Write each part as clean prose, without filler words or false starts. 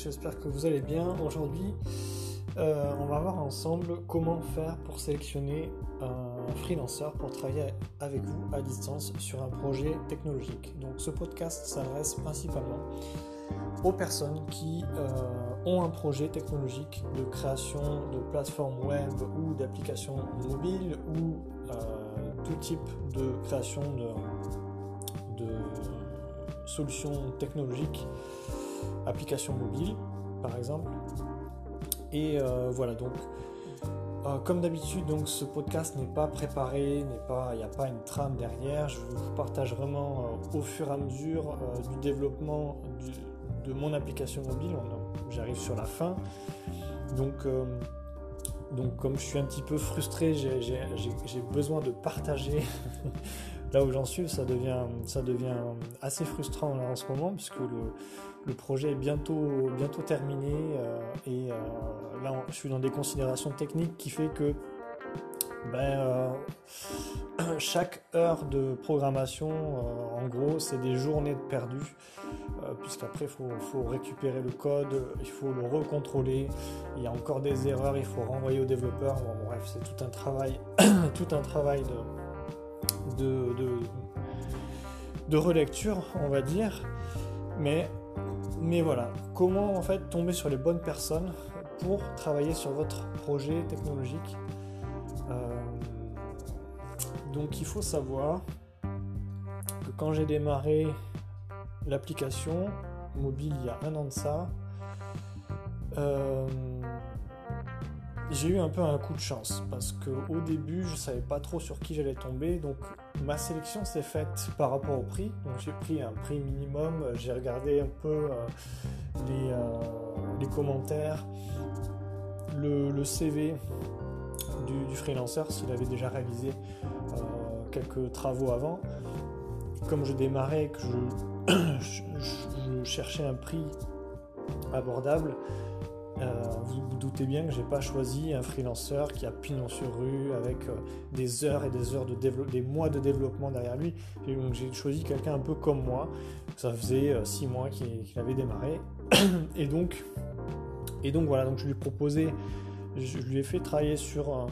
j'espère que vous allez bien. Aujourd'hui, on va voir ensemble comment faire pour sélectionner un freelanceur pour travailler avec vous à distance sur un projet technologique. Donc ce podcast s'adresse principalement aux personnes qui ont un projet technologique de création de plateformes web ou d'applications mobiles ou tout type de création de solutions technologiques, applications mobiles par exemple. Et voilà, donc comme d'habitude, donc ce podcast n'est pas préparé, il n'y a pas une trame derrière. Je vous partage vraiment au fur et à mesure du développement de mon application mobile. J'arrive sur la fin, donc comme je suis un petit peu frustré, j'ai besoin de partager là où j'en suis. Ça devient assez frustrant là, en ce moment, puisque le projet est bientôt terminé et là je suis dans des considérations techniques qui fait que chaque heure de programmation, en gros, c'est des journées de perdues, puisqu'après il faut récupérer le code, il faut le recontrôler, il y a encore des erreurs, il faut renvoyer aux développeurs. Bon, bref, c'est tout un travail, de relecture, on va dire. Mais voilà, comment en fait tomber sur les bonnes personnes pour travailler sur votre projet technologique. Donc il faut savoir que quand j'ai démarré l'application mobile il y a 1 an de ça, j'ai eu un peu un coup de chance parce qu'au début je savais pas trop sur qui j'allais tomber, donc ma sélection s'est faite par rapport au prix. Donc j'ai pris un prix minimum, j'ai regardé un peu les commentaires, le CV du freelanceur s'il avait déjà réalisé quelques travaux avant. Comme je démarrais, que je cherchais un prix abordable, vous vous doutez bien que j'ai pas choisi un freelanceur qui a pignon sur rue avec des heures et des heures des mois de développement derrière lui. Donc j'ai choisi quelqu'un un peu comme moi. Ça faisait 6 mois qu'il avait démarré et donc voilà, donc je lui ai proposé, je lui ai fait travailler sur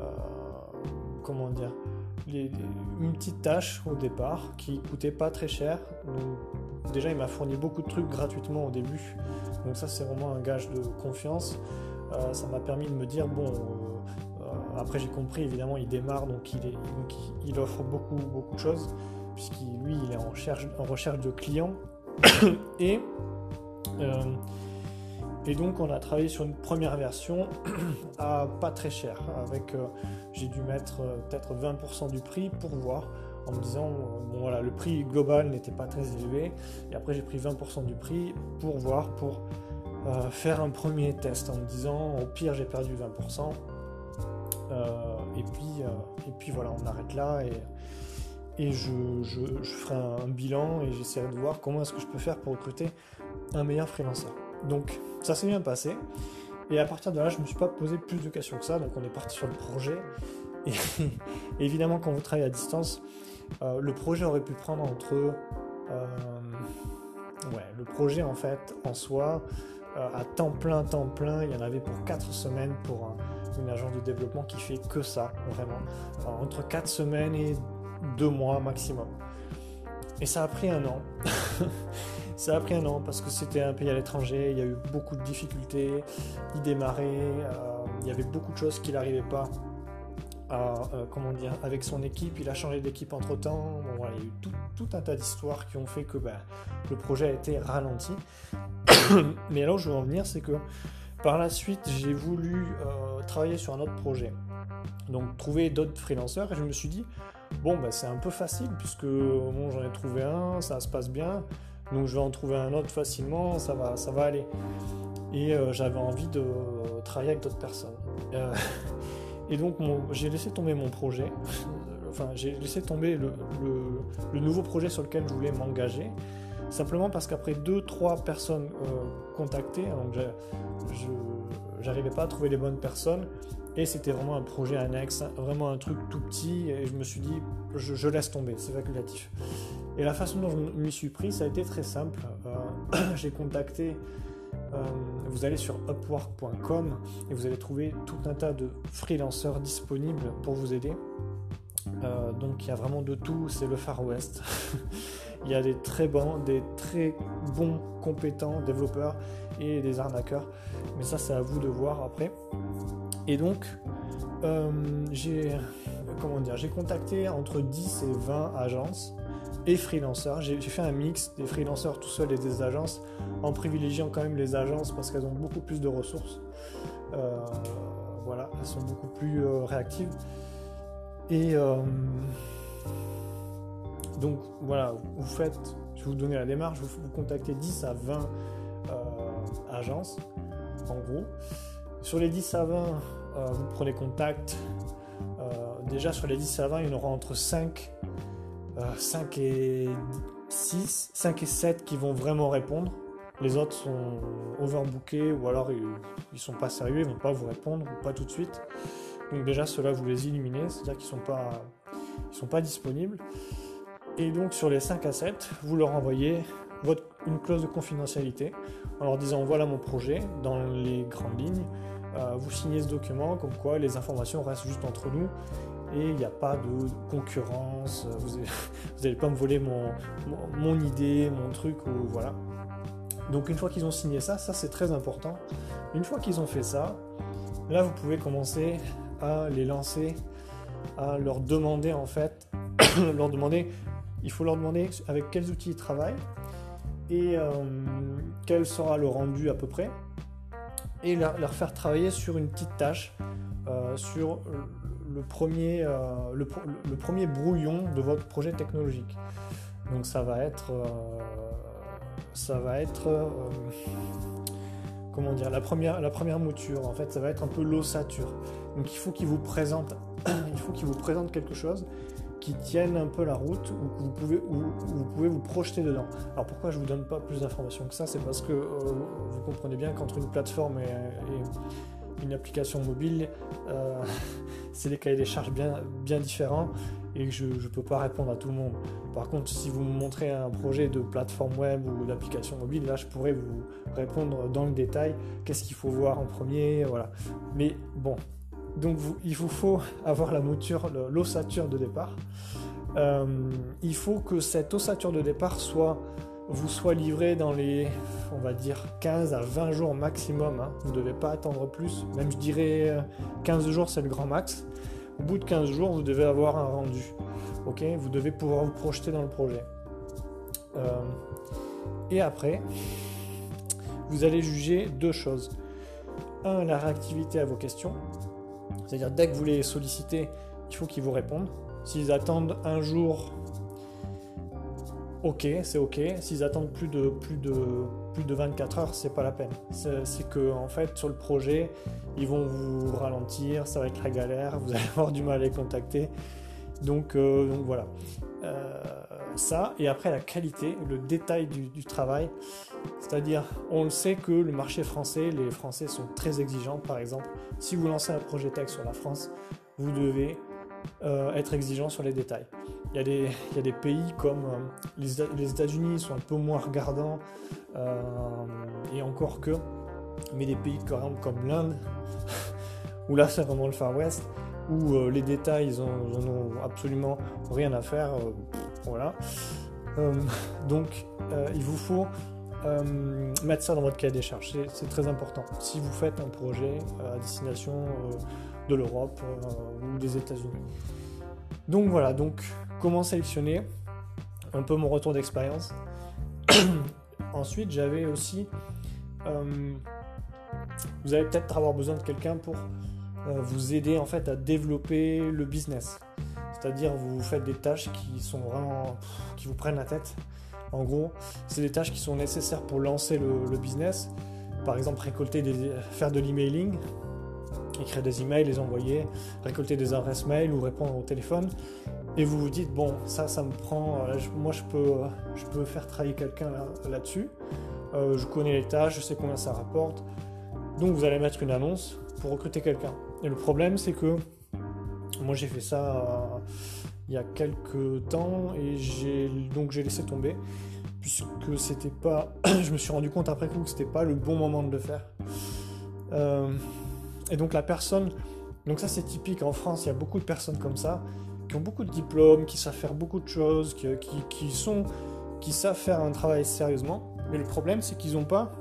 une petite tâche au départ qui coûtait pas très cher. Donc, déjà il m'a fourni beaucoup de trucs gratuitement au début, donc ça c'est vraiment un gage de confiance. Ça m'a permis de me dire après j'ai compris, évidemment il démarre, donc il offre beaucoup de choses, puisqu'il est en recherche de clients et donc on a travaillé sur une première version à pas très cher, avec j'ai dû mettre peut-être 20% du prix pour voir, en me disant le prix global n'était pas très élevé, et après j'ai pris 20% du prix pour voir, pour faire un premier test, en me disant au pire j'ai perdu 20%, et puis voilà, on arrête là, et je ferai un bilan et j'essaierai de voir comment est-ce que je peux faire pour recruter un meilleur freelancer. Donc ça s'est bien passé, et à partir de là je ne me suis pas posé plus de questions que ça. Donc on est parti sur le projet, et évidemment quand vous travaillez à distance, le projet aurait pu prendre le projet en fait en soi à temps plein, il y en avait pour 4 semaines pour une agence de développement qui fait que ça, vraiment, entre 4 semaines et 2 mois maximum. Et ça a pris 1 an. Ça a pris 1 an parce que c'était un pays à l'étranger, il y a eu beaucoup de difficultés, il démarrait, il y avait beaucoup de choses qu'il n'arrivait pas à, avec son équipe. Il a changé d'équipe entre temps. Bon, voilà, il y a eu tout un tas d'histoires qui ont fait que le projet a été ralenti. Mais là où je veux en venir, c'est que par la suite, j'ai voulu travailler sur un autre projet. Donc trouver d'autres freelanceurs, et je me suis dit, c'est un peu facile, puisque j'en ai trouvé un, ça se passe bien. Donc je vais en trouver un autre facilement, ça va aller. Et j'avais envie de travailler avec d'autres personnes. Et donc j'ai laissé tomber mon projet, j'ai laissé tomber le nouveau projet sur lequel je voulais m'engager, simplement parce qu'après 2-3 personnes contactées, donc j'arrivais pas à trouver les bonnes personnes, et c'était vraiment un projet annexe, vraiment un truc tout petit, et je me suis dit, je laisse tomber, c'est facultatif. Et la façon dont je m'y suis pris, ça a été très simple. J'ai contacté vous allez sur upwork.com et vous allez trouver tout un tas de freelanceurs disponibles pour vous aider. Donc il y a vraiment de tout, c'est le Far West. Il y a des très bons, compétents développeurs et des arnaqueurs, mais ça c'est à vous de voir après. Et donc j'ai contacté entre 10 et 20 agences et freelanceurs. J'ai fait un mix des freelanceurs tout seuls et des agences, en privilégiant quand même les agences parce qu'elles ont beaucoup plus de ressources. Voilà, elles sont beaucoup plus réactives. Et donc voilà, je vais vous donner la démarche, vous contactez 10 à 20 agences, en gros. Sur les 10 à 20, vous prenez contact. Déjà sur les 10 à 20, il y en aura entre 5 et 6, 5 et 7 qui vont vraiment répondre. Les autres sont overbookés ou alors ils sont pas sérieux, ils vont pas vous répondre ou pas tout de suite. Donc déjà ceux-là vous les éliminez, c'est-à-dire qu'ils sont pas disponibles. Et donc sur les 5 à 7, vous leur envoyez une clause de confidentialité en leur disant voilà mon projet dans les grandes lignes. Vous signez ce document comme quoi les informations restent juste entre nous et il n'y a pas de concurrence, vous n'allez pas me voler mon idée, mon truc, ou voilà. Donc une fois qu'ils ont signé ça c'est très important. Une fois qu'ils ont fait ça, là vous pouvez commencer à les lancer, à leur demander en fait, il faut leur demander avec quels outils ils travaillent et quel sera le rendu à peu près, et leur faire travailler sur une petite tâche, sur le premier brouillon de votre projet technologique. Donc ça va être comment dire, la première mouture, en fait, ça va être un peu l'ossature. Donc il faut qu'ils vous présentent quelque chose qui tienne un peu la route, où vous pouvez vous projeter dedans. Alors pourquoi je vous donne pas plus d'informations que ça, c'est parce que vous comprenez bien qu'entre une plateforme et une application mobile, c'est des cahiers des charges bien différents et que je ne peux pas répondre à tout le monde. Par contre, si vous me montrez un projet de plateforme web ou d'application mobile, là je pourrais vous répondre dans le détail, qu'est-ce qu'il faut voir en premier, voilà. Mais bon, donc il vous faut avoir la mouture, l'ossature de départ. Il faut que cette ossature de départ vous soit livrée dans les, on va dire, 15 à 20 jours maximum. Vous ne devez pas attendre plus. Même je dirais 15 jours, c'est le grand max. Au bout de 15 jours, vous devez avoir un rendu. Ok, vous devez pouvoir vous projeter dans le projet. Et après, vous allez juger deux choses. Un, la réactivité à vos questions. C'est-à-dire, dès que vous les sollicitez, il faut qu'ils vous répondent. S'ils attendent un jour, ok, c'est ok. S'ils attendent plus de 24 heures, c'est pas la peine. C'est que en fait, sur le projet, ils vont vous ralentir, ça va être la galère, vous allez avoir du mal à les contacter. Donc voilà. Ça, et après la qualité, le détail du travail. C'est-à-dire, on le sait que le marché français, les Français sont très exigeants. Par exemple, si vous lancez un projet tech sur la France, vous devez être exigeant sur les détails. Il y a des pays comme les États-Unis sont un peu moins regardants, et encore que, mais des pays comme l'Inde, où là c'est vraiment le Far West, où les détails ils en ont absolument rien à faire, voilà. Donc il vous faut mettre ça dans votre cahier des charges, c'est très important. Si vous faites un projet à destination de l'Europe ou des États-Unis. Donc voilà, donc comment sélectionner, un peu mon retour d'expérience. Ensuite, j'avais aussi, vous allez peut-être avoir besoin de quelqu'un pour vous aider en fait à développer le business. C'est-à-dire, vous faites des tâches qui vous prennent la tête. En gros, c'est des tâches qui sont nécessaires pour lancer le business. Par exemple, faire de l'emailing, écrire des emails, les envoyer, récolter des adresses mail ou répondre au téléphone. Et vous vous dites, bon, ça me prend, moi je peux faire travailler quelqu'un là-dessus. Je connais les tâches, je sais combien ça rapporte. Donc vous allez mettre une annonce pour recruter quelqu'un. Et le problème, c'est que moi j'ai fait ça il y a quelques temps et j'ai laissé tomber puisque c'était pas, je me suis rendu compte après coup que c'était pas le bon moment de le faire. Et donc la personne, donc ça c'est typique en France, il y a beaucoup de personnes comme ça, qui ont beaucoup de diplômes, qui savent faire beaucoup de choses, qui savent faire un travail sérieusement, mais le problème c'est qu'ils n'ont pas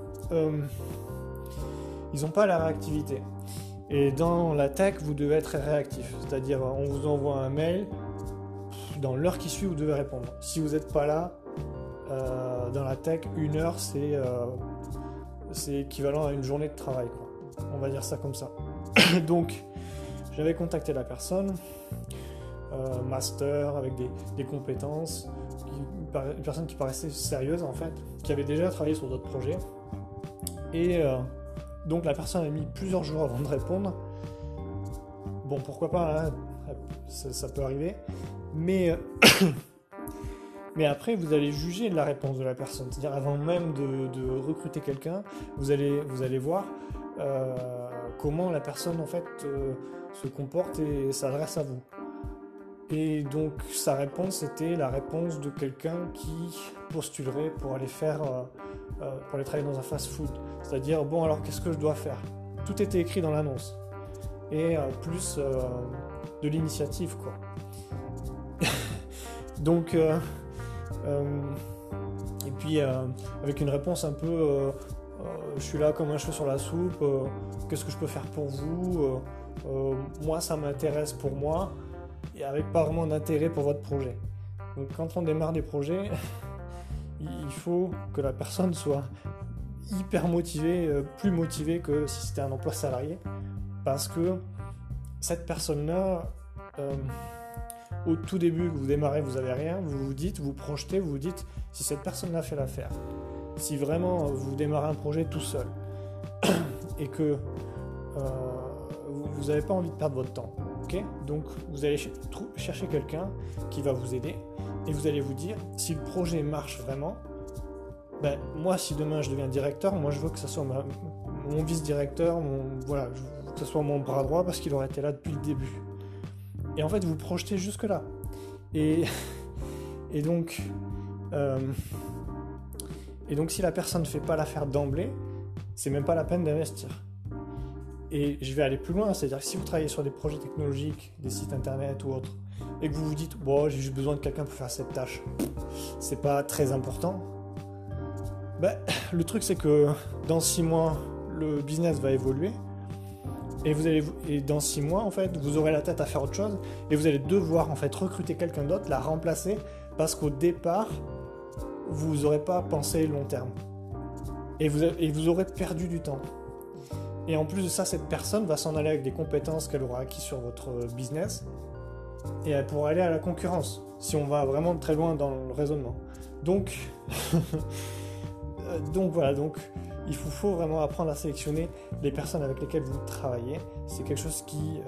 la réactivité. Et dans la tech, vous devez être réactif, c'est-à-dire on vous envoie un mail, dans l'heure qui suit vous devez répondre. Si vous n'êtes pas là, dans la tech, 1 heure c'est équivalent à une journée de travail, quoi. On va dire ça comme ça. Donc j'avais contacté la personne, master avec des compétences, une personne qui paraissait sérieuse en fait, qui avait déjà travaillé sur d'autres projets, et donc la personne a mis plusieurs jours avant de répondre. Bon, pourquoi pas, hein, ça peut arriver, mais après vous allez juger de la réponse de la personne, c'est-à-dire avant même de recruter quelqu'un, vous allez voir comment la personne en fait se comporte et s'adresse à vous. Et donc sa réponse c'était la réponse de quelqu'un qui postulerait pour aller travailler dans un fast-food. C'est-à-dire, bon alors qu'est-ce que je dois faire ? Tout était écrit dans l'annonce. Et plus de l'initiative, quoi. Donc, et puis avec une réponse un peu je suis là comme un cheveu sur la soupe, qu'est-ce que je peux faire pour vous ? Moi ça m'intéresse pour moi, et avec pas vraiment d'intérêt pour votre projet. Donc quand on démarre des projets, il faut que la personne soit hyper motivée, plus motivée que si c'était un emploi salarié, parce que cette personne-là, au tout début que vous démarrez, vous n'avez rien, vous projetez, vous vous dites, si cette personne-là fait l'affaire, si vraiment vous démarrez un projet tout seul, et que vous n'avez pas envie de perdre votre temps, ok ? Donc vous allez chercher quelqu'un qui va vous aider, et vous allez vous dire, si le projet marche vraiment, ben, moi si demain je deviens directeur, moi je veux que ce soit mon vice-directeur, je veux que ce soit mon bras droit, parce qu'il aurait été là depuis le début. Et en fait vous projetez jusque là. Et donc si la personne ne fait pas l'affaire d'emblée, c'est même pas la peine d'investir. Et je vais aller plus loin, c'est-à-dire que si vous travaillez sur des projets technologiques, des sites internet ou autres, et que vous vous dites, bon, j'ai juste besoin de quelqu'un pour faire cette tâche, c'est pas très important, ben, le truc c'est que dans 6 mois, le business va évoluer, et dans 6 mois, en fait, vous aurez la tête à faire autre chose, et vous allez devoir en fait recruter quelqu'un d'autre, la remplacer, parce qu'au départ, vous n'aurez pas pensé long terme. Et vous aurez perdu du temps. Et en plus de ça, cette personne va s'en aller avec des compétences qu'elle aura acquises sur votre business, et elle pourra aller à la concurrence, si on va vraiment très loin dans le raisonnement. Donc, voilà, il faut vraiment apprendre à sélectionner les personnes avec lesquelles vous travaillez. C'est quelque chose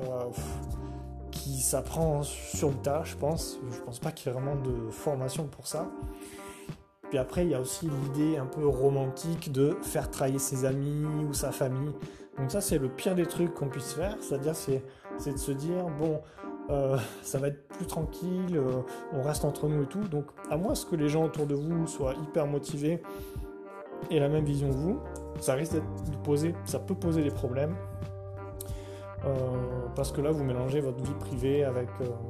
qui s'apprend sur le tas, je pense. Je pense pas qu'il y ait vraiment de formation pour ça. Puis après, il y a aussi l'idée un peu romantique de faire travailler ses amis ou sa famille. Donc ça, c'est le pire des trucs qu'on puisse faire. C'est-à-dire, c'est de se dire, bon, ça va être plus tranquille, on reste entre nous et tout. Donc, à moins que les gens autour de vous soient hyper motivés et la même vision que vous, ça risque ça peut poser des problèmes. Parce que là, vous mélangez votre vie privée avec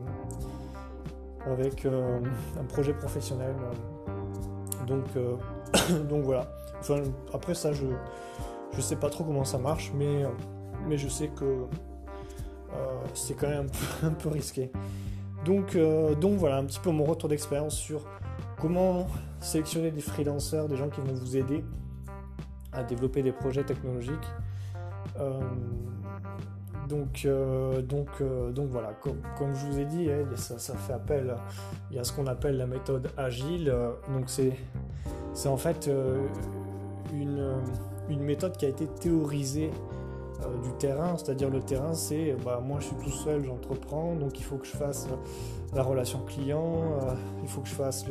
un projet professionnel. Donc voilà. Enfin, après ça, je sais pas trop comment ça marche, mais je sais que c'est quand même un peu risqué. Donc voilà, un petit peu mon retour d'expérience sur comment sélectionner des freelancers, des gens qui vont vous aider à développer des projets technologiques. Donc voilà, comme je vous ai dit, ça fait appel, il y a ce qu'on appelle la méthode agile. Donc c'est en fait une méthode qui a été théorisée du terrain, c'est-à-dire le terrain c'est, moi je suis tout seul, j'entreprends, donc il faut que je fasse la relation client, il faut que je fasse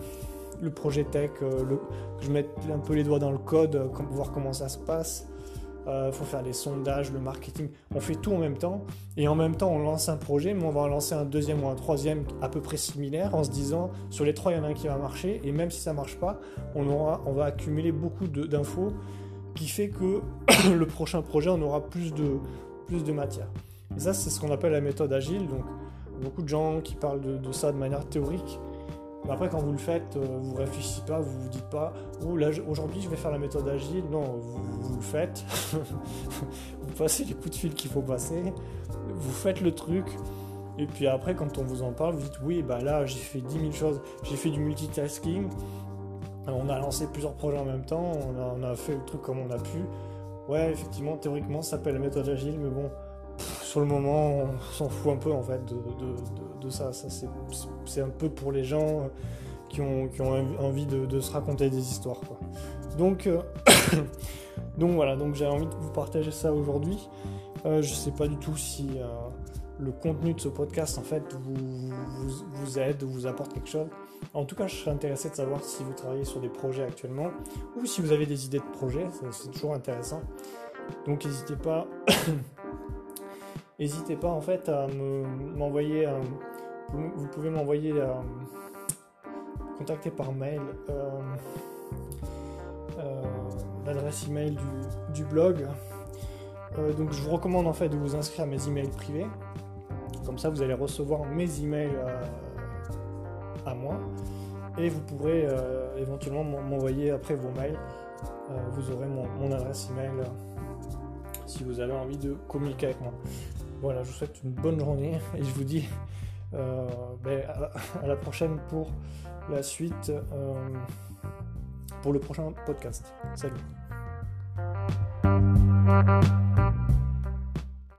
le projet tech, que je mette un peu les doigts dans le code pour voir comment ça se passe. faut faire les sondages, le marketing, on fait tout en même temps, et en même temps on lance un projet, mais on va en lancer un deuxième ou un troisième à peu près similaire, en se disant, sur les 3, il y en a un qui va marcher, et même si ça marche pas, on va accumuler beaucoup d'infos, qui fait que le prochain projet, on aura plus de matière. Et ça, c'est ce qu'on appelle la méthode agile, donc beaucoup de gens qui parlent de ça de manière théorique. Mais après, quand vous le faites, vous ne réfléchissez pas, vous ne vous dites pas « Oh, là, aujourd'hui, je vais faire la méthode agile ». Non, vous le faites. Vous passez les coups de fil qu'il faut passer. Vous faites le truc. Et puis après, quand on vous en parle, vous dites « Oui, bah là, j'ai fait 10 000 choses. J'ai fait du multitasking. On a lancé plusieurs projets en même temps. On a fait le truc comme on a pu. » Ouais, effectivement, théoriquement, ça s'appelle la méthode agile. Mais bon, sur le moment, on s'en fout un peu en fait de ça. Ça c'est un peu pour les gens qui ont envie de se raconter des histoires, quoi. Donc voilà, donc j'avais envie de vous partager ça aujourd'hui. Je sais pas du tout si le contenu de ce podcast en fait vous aide ou vous apporte quelque chose. En tout cas, je serais intéressé de savoir si vous travaillez sur des projets actuellement ou si vous avez des idées de projets, c'est toujours intéressant. Donc n'hésitez pas. N'hésitez pas en fait à m'envoyer, vous pouvez m'envoyer, contacter par mail l'adresse email du blog. Donc je vous recommande en fait de vous inscrire à mes emails privés. Comme ça vous allez recevoir mes emails à moi et vous pourrez éventuellement m'envoyer après vos mails. Vous aurez mon adresse email si vous avez envie de communiquer avec moi. Voilà, je vous souhaite une bonne journée et je vous dis à la prochaine pour la suite, pour le prochain podcast. Salut.